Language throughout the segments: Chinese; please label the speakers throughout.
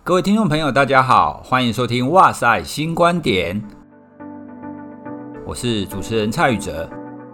Speaker 1: 各位听众朋友大家好，欢迎收听哇塞新观点，我是主持人蔡宇哲。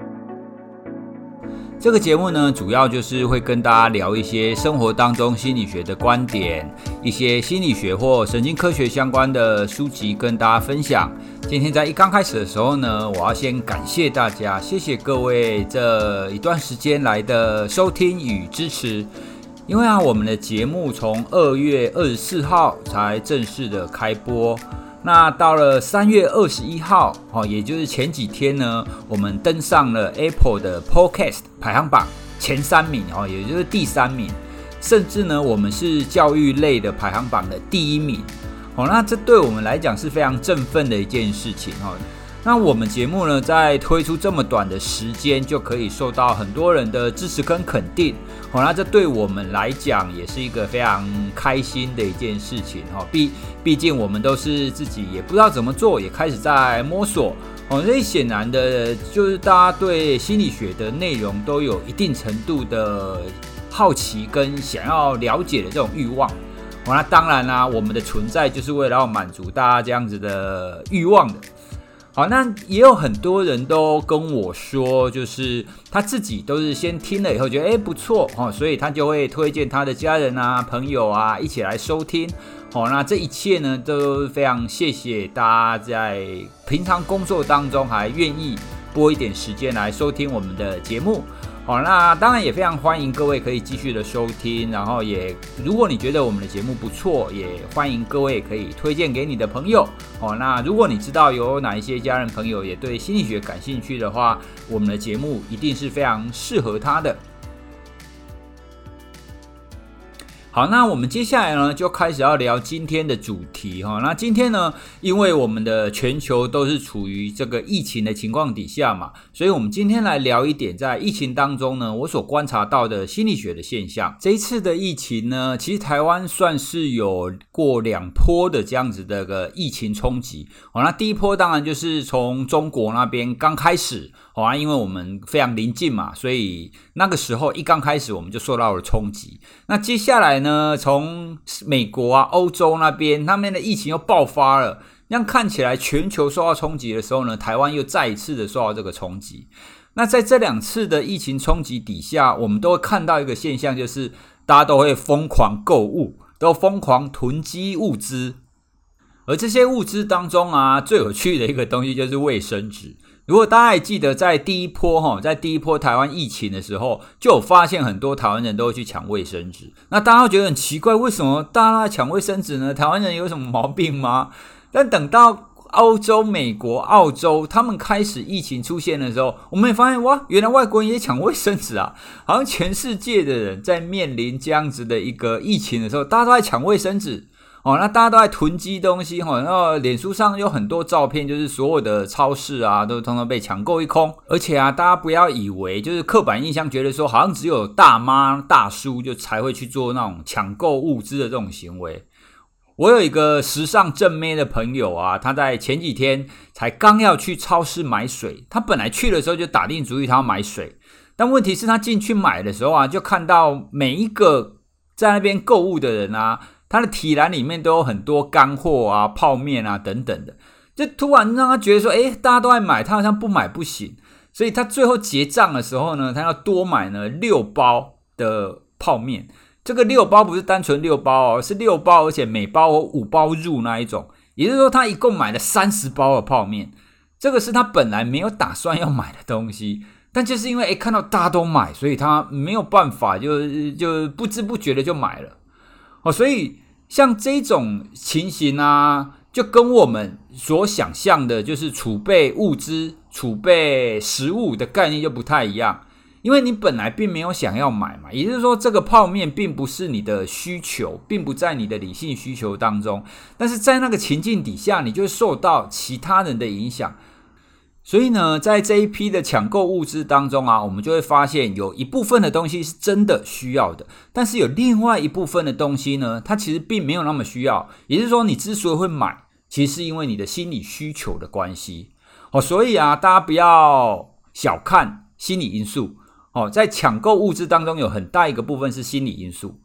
Speaker 1: 这个节目呢，主要就是会跟大家聊一些生活当中心理学的观点，一些心理学或神经科学相关的书籍跟大家分享。今天在刚开始的时候呢，我要先感谢大家，谢谢各位这一段时间来的收听与支持。因为我们的节目从2月24号才正式的开播，那到了3月21号，也就是前几天呢，我们登上了 Apple 的 Podcast 排行榜前3名，也就是第3名，甚至呢，我们是教育类的排行榜的第1名，那这对我们来讲是非常振奋的一件事情。那我们节目呢，在推出这么短的时间，就可以受到很多人的支持跟肯定，那这对我们来讲也是一个非常开心的一件事情。毕竟我们都是自己也不知道怎么做，也开始在摸索，所以显然的就是大家对心理学的内容都有一定程度的好奇跟想要了解的这种欲望。那当然啦，我们的存在就是为了要满足大家这样子的欲望的。好，那也有很多人都跟我说，就是他自己都是先听了以后觉得不错，所以他就会推荐他的家人啊、朋友啊一起来收听。那这一切呢，都非常谢谢大家在平常工作当中还愿意拨一点时间来收听我们的节目。那当然也非常欢迎各位可以继续的收听，然后也如果你觉得我们的节目不错，也欢迎各位可以推荐给你的朋友。那如果你知道有哪一些家人朋友也对心理学感兴趣的话，我们的节目一定是非常适合他的。好，那我们接下来呢，就开始要聊今天的主题。那今天呢，因为我们的全球都是处于这个疫情的情况底下嘛，所以我们今天来聊一点在疫情当中呢，我所观察到的心理学的现象。这一次的疫情呢，其实台湾算是有过2波的这样子的个疫情冲击。那第一波当然就是从中国那边刚开始，因为我们非常临近嘛，所以那个时候一刚开始我们就受到了冲击。那接下来呢，从美国啊、欧洲那边的疫情又爆发了，那样看起来全球受到冲击的时候呢，台湾又再一次的受到这个冲击。那在这2次的疫情冲击底下，我们都会看到一个现象，就是大家都会疯狂购物，都疯狂囤积物资。而这些物资当中啊，最有趣的一个东西就是卫生纸。如果大家还记得在第一波台湾疫情的时候，就有发现很多台湾人都会去抢卫生纸。那大家会觉得很奇怪，为什么大家抢卫生纸呢？台湾人有什么毛病吗？但等到欧洲、美国、澳洲他们开始疫情出现的时候，我们也发现哇，原来外国人也抢卫生纸啊！好像全世界的人在面临这样子的一个疫情的时候，大家都在抢卫生纸。那大家都在囤积东西，然后脸书上有很多照片，就是所有的超市啊都通通被抢购一空。而且大家不要以为就是刻板印象觉得说好像只有大妈大叔就才会去做那种抢购物资的这种行为。我有一个时尚正妹的朋友啊，他在前几天才刚要去超市买水，他本来去的时候就打定主意他要买水，但问题是他进去买的时候啊，就看到每一个在那边购物的人啊，他的提篮里面都有很多干货啊、泡面啊等等的，就突然让他觉得说，大家都在买，他好像不买不行，所以他最后结账的时候呢，他要多买呢6包的泡面。这个6包不是单纯6包是6包，而且每包有5包入那一种，也就是说他一共买了30包的泡面。这个是他本来没有打算要买的东西，但就是因为看到大家都买，所以他没有办法，就不知不觉的就买了。所以像这种情形啊，就跟我们所想象的就是储备物资、储备食物的概念就不太一样。因为你本来并没有想要买嘛，也就是说这个泡面并不是你的需求，并不在你的理性需求当中，但是在那个情境底下，你就会受到其他人的影响。所以呢，在这一批的抢购物资当中啊，我们就会发现有一部分的东西是真的需要的，但是有另外一部分的东西呢，它其实并没有那么需要。也就是说，你之所以会买，其实是因为你的心理需求的关系。所以啊，大家不要小看心理因素。在抢购物资当中有很大一个部分是心理因素。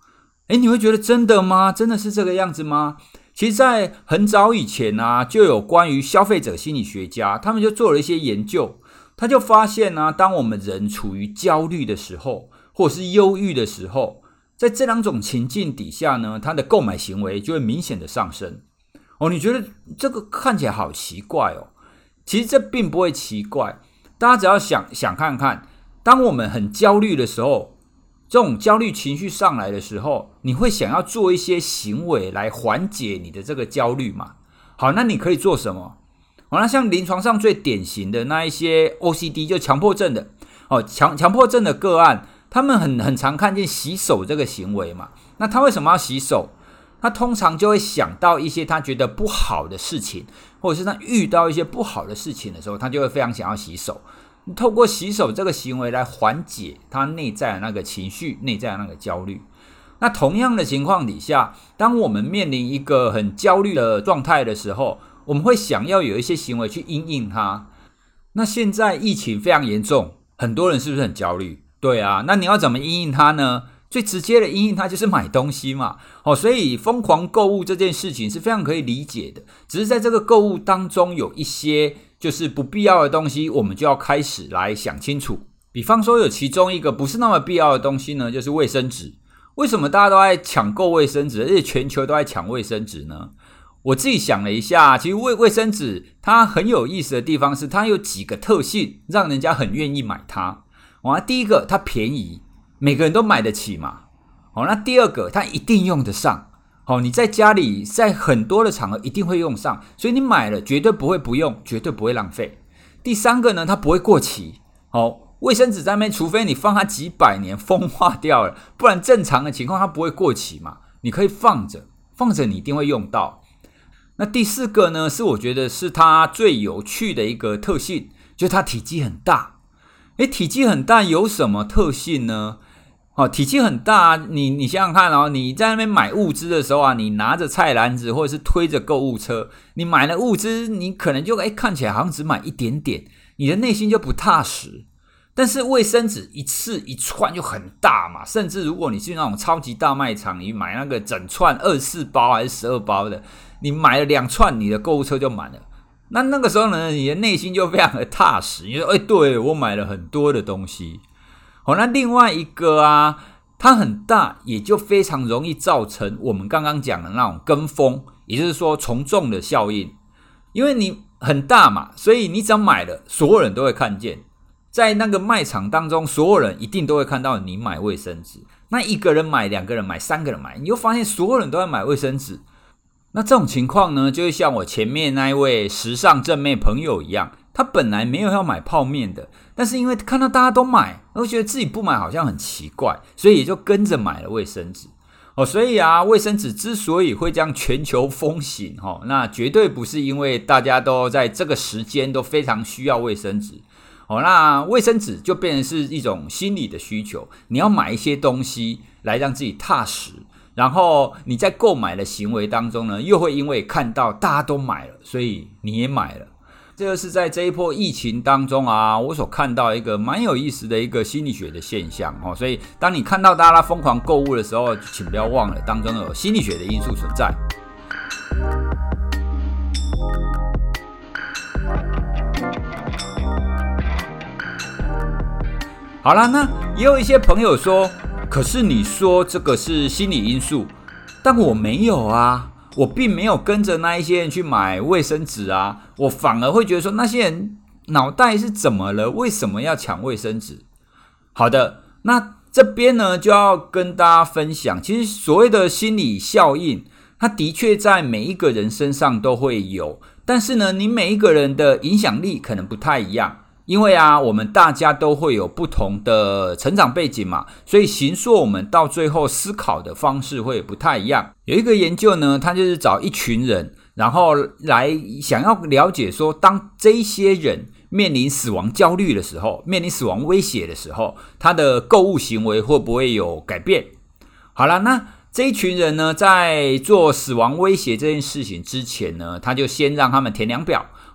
Speaker 1: 你会觉得真的吗？真的是这个样子吗？其实在很早以前啊，就有关于消费者心理学家，他们就做了一些研究，他就发现啊，当我们人处于焦虑的时候，或者是忧郁的时候，在这两种情境底下呢，他的购买行为就会明显的上升。你觉得这个看起来好奇怪哦？其实这并不会奇怪，大家只要想看看，当我们很焦虑的时候，这种焦虑情绪上来的时候，你会想要做一些行为来缓解你的这个焦虑嘛？好，那你可以做什么？那像临床上最典型的那一些 OCD 就强迫症的强迫症的个案，他们很常看见洗手这个行为嘛。那他为什么要洗手？他通常就会想到一些他觉得不好的事情，或者是他遇到一些不好的事情的时候，他就会非常想要洗手。透过洗手这个行为来缓解他内在的那个情绪，内在的那个焦虑。那同样的情况底下，当我们面临一个很焦虑的状态的时候，我们会想要有一些行为去因应它。那现在疫情非常严重，很多人是不是很焦虑？对啊，那你要怎么因应它呢？最直接的因应它就是买东西嘛。所以疯狂购物这件事情是非常可以理解的，只是在这个购物当中有一些就是不必要的东西，我们就要开始来想清楚。比方说有其中一个不是那么必要的东西呢，就是卫生纸。为什么大家都在抢购卫生纸，而且全球都在抢卫生纸呢？我自己想了一下，其实卫生纸它很有意思的地方是，它有几个特性让人家很愿意买它。第一个，它便宜，每个人都买得起嘛。那第二个，它一定用得上。你在家里在很多的场合一定会用上，所以你买了绝对不会不用，绝对不会浪费。第三个呢，它不会过期。卫生纸在那边，除非你放它几百年风化掉了，不然正常的情况它不会过期嘛。你可以放着你一定会用到。那第四个呢，是我觉得是它最有趣的一个特性，就是它体积很大。体积很大有什么特性呢？体积很大，你想想看你在那边买物资的时候啊，你拿着菜篮子或者是推着购物车，你买了物资，你可能就看起来好像只买一点点，你的内心就不踏实。但是卫生纸一次一串就很大嘛，甚至如果你去那种超级大卖场，你买那个整串24包还是12包的，你买了2串，你的购物车就满了。那个时候呢，你的内心就非常的踏实，你说对，我买了很多的东西。那另外一个啊，它很大，也就非常容易造成我们刚刚讲的那种跟风，也就是说从众的效应。因为你很大嘛，所以你只要买了，所有人都会看见。在那个卖场当中，所有人一定都会看到你买卫生纸。那1个人买，2个人买，3个人买，你就发现所有人都在买卫生纸。那这种情况呢，就会像我前面那一位时尚正妹朋友一样，他本来没有要买泡面的，但是因为看到大家都买，我觉得自己不买好像很奇怪，所以也就跟着买了卫生纸。所以啊，卫生纸之所以会这样全球风行，那绝对不是因为大家都在这个时间都非常需要卫生纸。那卫生纸就变成是一种心理的需求，你要买一些东西来让自己踏实，然后你在购买的行为当中呢，又会因为看到大家都买了，所以你也买了。这就是在这一波疫情当中啊，我所看到一个蛮有意思的一个心理学的现象。所以当你看到大家疯狂购物的时候，请不要忘了当中有心理学的因素存在。好啦，那也有一些朋友说，可是你说这个是心理因素，但我没有啊，我并没有跟着那一些人去买卫生纸啊，我反而会觉得说那些人脑袋是怎么了？为什么要抢卫生纸？好的，那这边呢就要跟大家分享，其实所谓的心理效应，它的确在每一个人身上都会有，但是呢，你每一个人的影响力可能不太一样。因为啊，我们大家都会有不同的成长背景嘛，所以形塑我们到最后思考的方式会不太一样。有一个研究呢，他就是找一群人，然后来想要了解说，当这一些人面临死亡焦虑的时候，面临死亡威胁的时候，他的购物行为会不会有改变？好了，那这一群人呢，在做死亡威胁这件事情之前呢，他就先让他们填量表。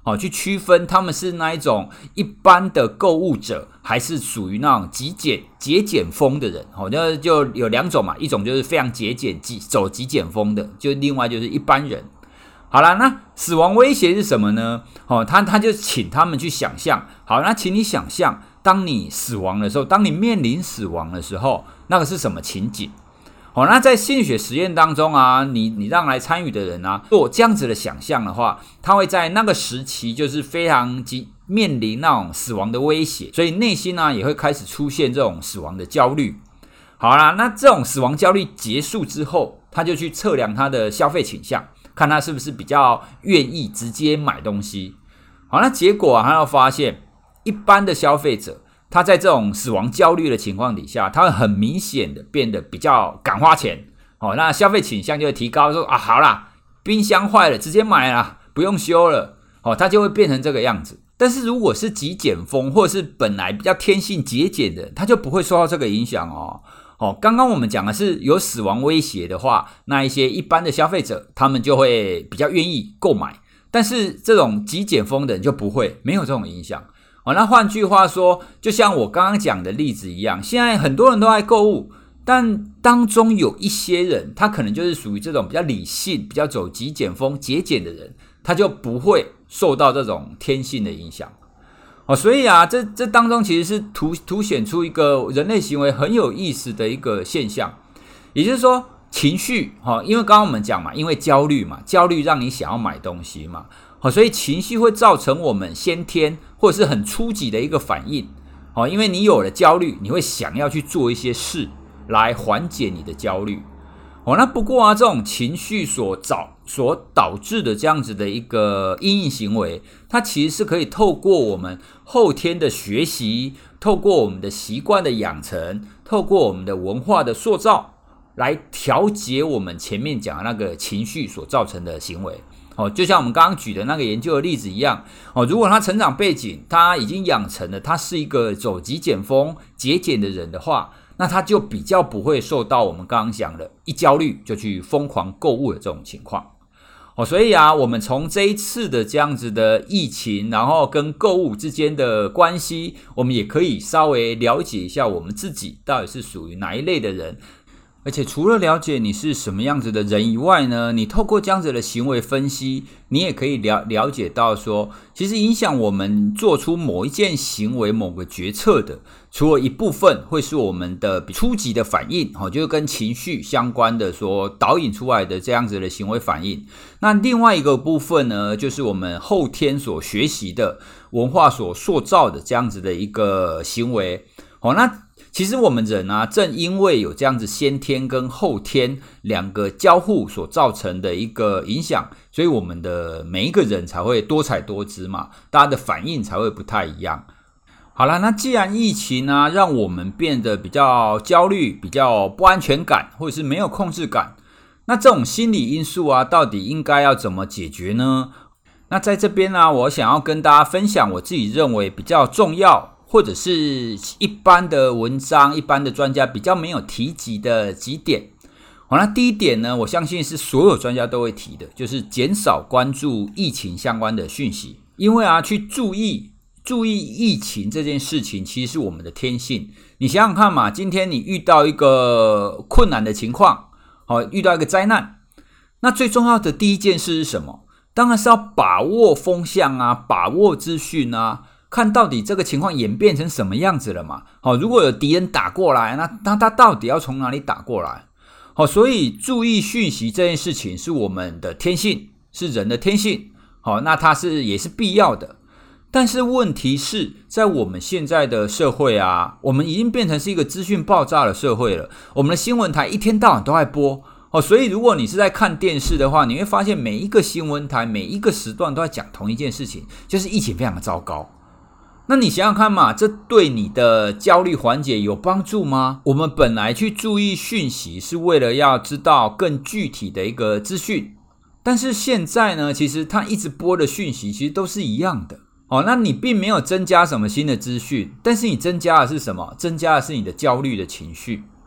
Speaker 1: 去区分他们是那一种一般的购物者，还是属于那种节俭风的人。就有2种嘛，一种就是非常节俭走极简风的，就另外就是一般人。好啦，那死亡威胁是什么呢？他就请他们去想象。好，那请你想象，当你死亡的时候，当你面临死亡的时候，那个是什么情景？那在心理学实验当中啊，你让来参与的人啊，做这样子的想象的话，他会在那个时期就是非常面临那种死亡的威胁，所以内心呢也会开始出现这种死亡的焦虑。好啦，那这种死亡焦虑结束之后，他就去测量他的消费倾向，看他是不是比较愿意直接买东西。好，那结果啊，他要发现一般的消费者，他在这种死亡焦虑的情况底下，他会很明显的变得比较敢花钱。那消费倾向就会提高，说好啦，冰箱坏了直接买啦，不用修了。他就会变成这个样子。但是如果是极简风，或者是本来比较天性节俭的，他就不会受到这个影响哦。刚刚我们讲的是有死亡威胁的话，那一些一般的消费者，他们就会比较愿意购买，但是这种极简风的人就不会，没有这种影响。那换句话说，就像我刚刚讲的例子一样，现在很多人都爱购物，但当中有一些人，他可能就是属于这种比较理性、比较走极简风、节俭的人，他就不会受到这种天性的影响。所以啊，这当中其实是凸显出一个人类行为很有意思的一个现象，也就是说情绪，因为刚刚我们讲嘛，因为焦虑嘛，焦虑让你想要买东西嘛，所以情绪会造成我们先天或者是很初级的一个反应。因为你有了焦虑，你会想要去做一些事来缓解你的焦虑。那不过啊，这种情绪所导致的这样子的一个因应行为，它其实是可以透过我们后天的学习，透过我们的习惯的养成，透过我们的文化的塑造，来调节我们前面讲的那个情绪所造成的行为。就像我们刚刚举的那个研究的例子一样，如果他成长背景他已经养成了他是一个走极简风节俭的人的话，那他就比较不会受到我们刚刚讲的一焦虑就去疯狂购物的这种情况。所以啊，我们从这一次的这样子的疫情，然后跟购物之间的关系，我们也可以稍微了解一下我们自己到底是属于哪一类的人。而且除了了解你是什么样子的人以外呢，你透过这样子的行为分析，你也可以了解到说，其实影响我们做出某一件行为、某个决策的，除了一部分会是我们的初级的反应，就是跟情绪相关的所导引出来的这样子的行为反应。那另外一个部分呢，就是我们后天所学习的文化所塑造的这样子的一个行为。那其实我们人啊，正因为有这样子先天跟后天两个交互所造成的一个影响，所以我们的每一个人才会多彩多姿嘛，大家的反应才会不太一样。好啦，那既然疫情啊让我们变得比较焦虑、比较不安全感，或者是没有控制感，那这种心理因素啊，到底应该要怎么解决呢？那在这边啊，我想要跟大家分享我自己认为比较重要，或者是一般的文章、一般的专家比较没有提及的几点。那第一点呢，我相信是所有专家都会提的，就是减少关注疫情相关的讯息。因为啊，去注意疫情这件事情，其实是我们的天性。你想想看嘛，今天你遇到一个困难的情况，遇到一个灾难，那最重要的第一件事是什么？当然是要把握风向啊，把握资讯啊，看到底这个情况演变成什么样子了嘛。如果有敌人打过来，那他到底要从哪里打过来？所以注意讯息这件事情是我们的天性，是人的天性。那它也是必要的。但是问题是在我们现在的社会啊，我们已经变成是一个资讯爆炸的社会了。我们的新闻台一天到晚都在播。所以如果你是在看电视的话，你会发现每一个新闻台每一个时段都在讲同一件事情，就是疫情非常的糟糕。那你想想看嘛，这对你的焦虑缓解有帮助吗？我们本来去注意讯息是为了要知道更具体的一个资讯，但是现在呢，其实它一直播的讯息其实都是一样的。那你并没有增加什么新的资讯，但是你增加的是什么？增加的是你的焦虑的情绪。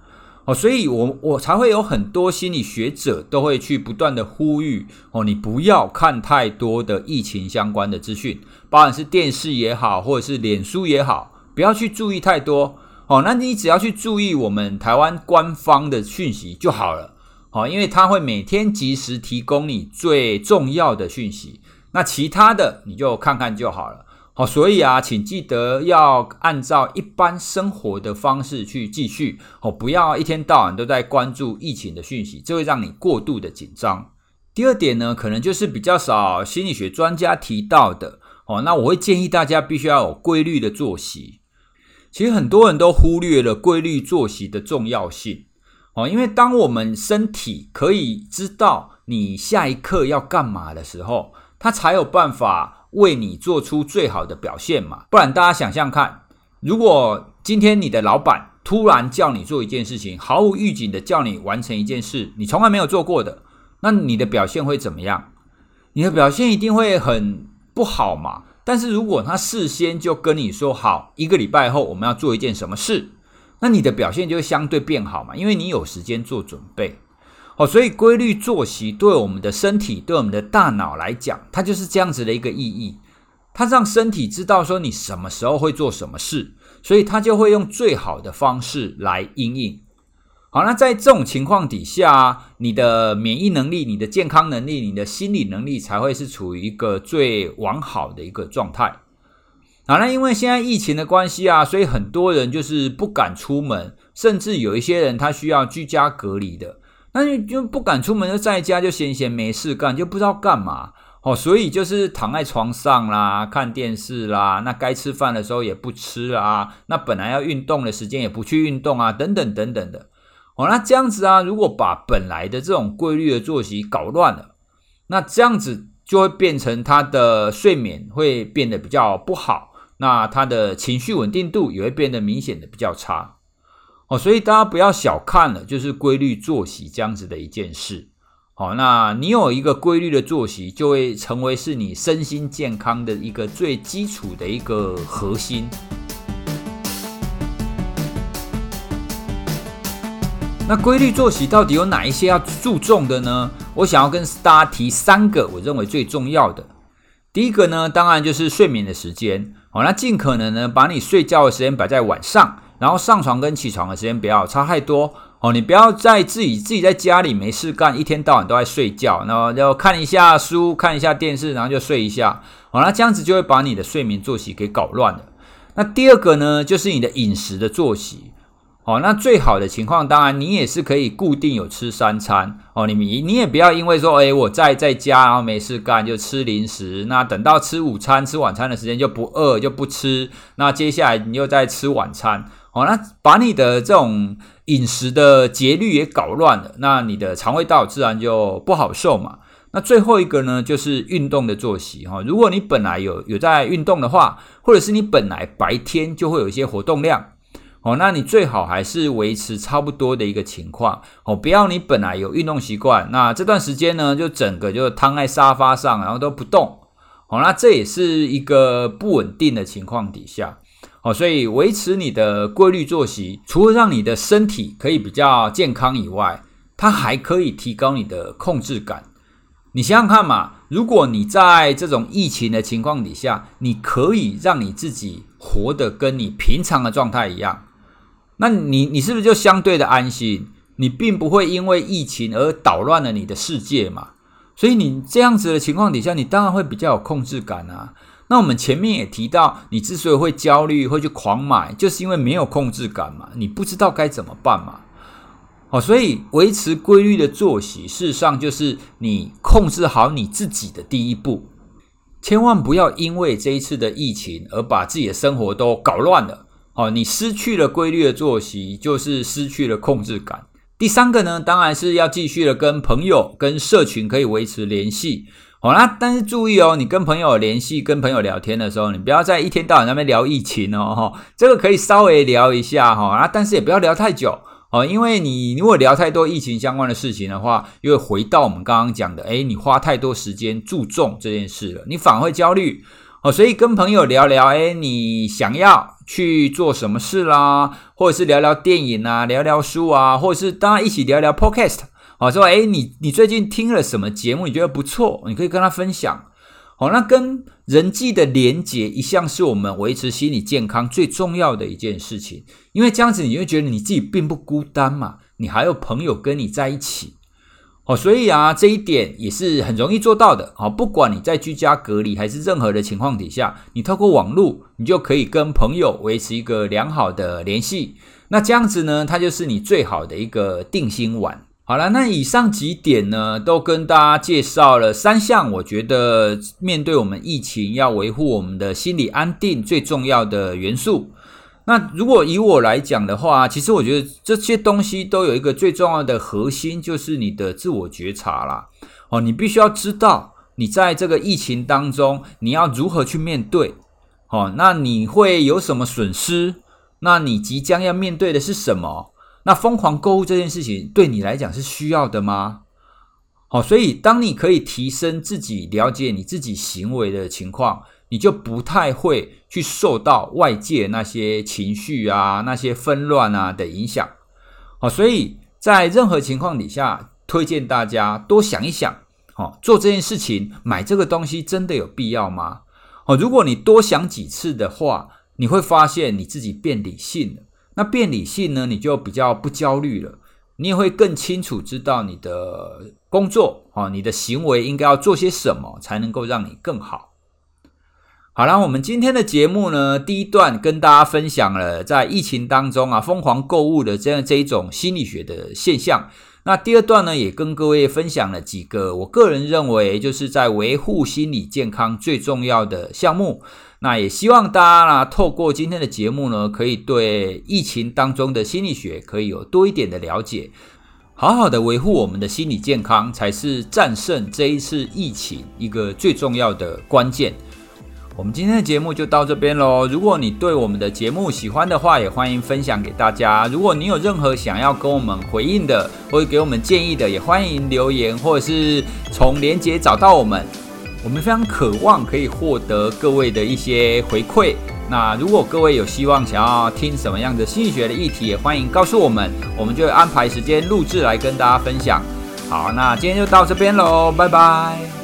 Speaker 1: 所以我才会有很多心理学者都会去不断的呼吁你不要看太多的疫情相关的资讯，不管是电视也好，或者是脸书也好，不要去注意太多那你只要去注意我们台湾官方的讯息就好了因为它会每天及时提供你最重要的讯息，那其他的你就看看就好了所以请记得要按照一般生活的方式去继续不要一天到晚都在关注疫情的讯息，这会让你过度的紧张。第二点呢，可能就是比较少心理学专家提到的那我会建议大家必须要有规律的作息。其实很多人都忽略了规律作息的重要性因为当我们身体可以知道你下一刻要干嘛的时候，它才有办法为你做出最好的表现嘛。不然大家想象看，如果今天你的老板突然叫你做一件事情，毫无预警的叫你完成一件事，你从来没有做过的，那你的表现会怎么样？你的表现一定会很不好嘛。但是如果他事先就跟你说好，1个礼拜后我们要做一件什么事，那你的表现就会相对变好嘛，因为你有时间做准备所以规律作息对我们的身体，对我们的大脑来讲，它就是这样子的一个意义。它让身体知道说你什么时候会做什么事，所以它就会用最好的方式来因应。好，那在这种情况底下你的免疫能力，你的健康能力，你的心理能力才会是处于一个最完好的一个状态。好，那因为现在疫情的关系所以很多人就是不敢出门，甚至有一些人他需要居家隔离的，那你就不敢出门，就在家就闲闲没事干，就不知道干嘛所以就是躺在床上啦，看电视啦，那该吃饭的时候也不吃啦，那本来要运动的时间也不去运动等等等等的那这样子如果把本来的这种规律的作息搞乱了，那这样子就会变成他的睡眠会变得比较不好，那他的情绪稳定度也会变得明显的比较差所以大家不要小看了就是规律作息这样子的一件事那你有一个规律的作息，就会成为是你身心健康的一个最基础的一个核心。那规律作息到底有哪一些要注重的呢？我想要跟大家提3个我认为最重要的。第一个呢，当然就是睡眠的时间那尽可能呢把你睡觉的时间摆在晚上，然后上床跟起床的时间不要差太多你不要在自己在家里没事干，一天到晚都在睡觉，然后就看一下书，看一下电视，然后就睡一下那这样子就会把你的睡眠作息给搞乱了。那第二个呢，就是你的饮食的作息那最好的情况，当然你也是可以固定有吃3餐你也不要因为说我在家然后没事干就吃零食，那等到吃午餐吃晚餐的时间就不饿就不吃，那接下来你又再吃晚餐那把你的这种饮食的节律也搞乱了，那你的肠胃道自然就不好受嘛。那最后一个呢，就是运动的作息如果你本来有在运动的话，或者是你本来白天就会有一些活动量那你最好还是维持差不多的一个情况不要你本来有运动习惯，那这段时间呢就整个就躺在沙发上然后都不动那这也是一个不稳定的情况底下所以维持你的规律作息，除了让你的身体可以比较健康以外，它还可以提高你的控制感。你想想看嘛，如果你在这种疫情的情况底下，你可以让你自己活得跟你平常的状态一样，那你是不是就相对的安心？你并不会因为疫情而捣乱了你的世界嘛。所以你这样子的情况底下，你当然会比较有控制感那我们前面也提到，你之所以会焦虑会去狂买，就是因为没有控制感嘛，你不知道该怎么办嘛所以维持规律的作息，事实上就是你控制好你自己的第一步。千万不要因为这一次的疫情而把自己的生活都搞乱了你失去了规律的作息，就是失去了控制感。第3个呢，当然是要继续的跟朋友跟社群可以维持联系那但是注意你跟朋友联系跟朋友聊天的时候，你不要在一天到晚在那边聊疫情这个可以稍微聊一下但是也不要聊太久因为你如果聊太多疫情相关的事情的话，又会回到我们刚刚讲的你花太多时间注重这件事了，你反而会焦虑所以跟朋友聊聊，你想要去做什么事啦，或者是聊聊电影啊，聊聊书啊，或者是当然一起聊聊 podcast。说你最近听了什么节目，你觉得不错，你可以跟他分享。那跟人际的连结一向是我们维持心理健康最重要的一件事情，因为这样子你会觉得你自己并不孤单嘛，你还有朋友跟你在一起。所以这一点也是很容易做到的。不管你在居家隔离还是任何的情况底下，你透过网络，你就可以跟朋友维持一个良好的联系。那这样子呢，它就是你最好的一个定心丸。好了，那以上几点呢，都跟大家介绍了3项，我觉得面对我们疫情要维护我们的心理安定最重要的元素。那如果以我来讲的话，其实我觉得这些东西都有一个最重要的核心，就是你的自我觉察啦。你必须要知道你在这个疫情当中你要如何去面对。那你会有什么损失？那你即将要面对的是什么？那疯狂购物这件事情对你来讲是需要的吗？所以当你可以提升自己了解你自己行为的情况，你就不太会去受到外界那些情绪啊、那些纷乱啊的影响。所以在任何情况底下，推荐大家多想一想，做这件事情，买这个东西真的有必要吗？如果你多想几次的话，你会发现你自己变理性了。那变理性呢，你就比较不焦虑了，你也会更清楚知道你的工作，你的行为应该要做些什么才能够让你更好。好啦，我们今天的节目呢，第一段跟大家分享了在疫情当中疯狂购物的这一种心理学的现象。那第二段呢，也跟各位分享了几个我个人认为就是在维护心理健康最重要的项目。那也希望大家呢，透过今天的节目呢，可以对疫情当中的心理学可以有多一点的了解，好好的维护我们的心理健康，才是战胜这一次疫情一个最重要的关键。我们今天的节目就到这边咯。如果你对我们的节目喜欢的话，也欢迎分享给大家。如果你有任何想要跟我们回应的，或者给我们建议的，也欢迎留言，或者是从连结找到我们。我们非常渴望可以获得各位的一些回馈。那如果各位有希望想要听什么样的心理学的议题，也欢迎告诉我们，我们就会安排时间录制来跟大家分享。好，那今天就到这边咯，拜拜。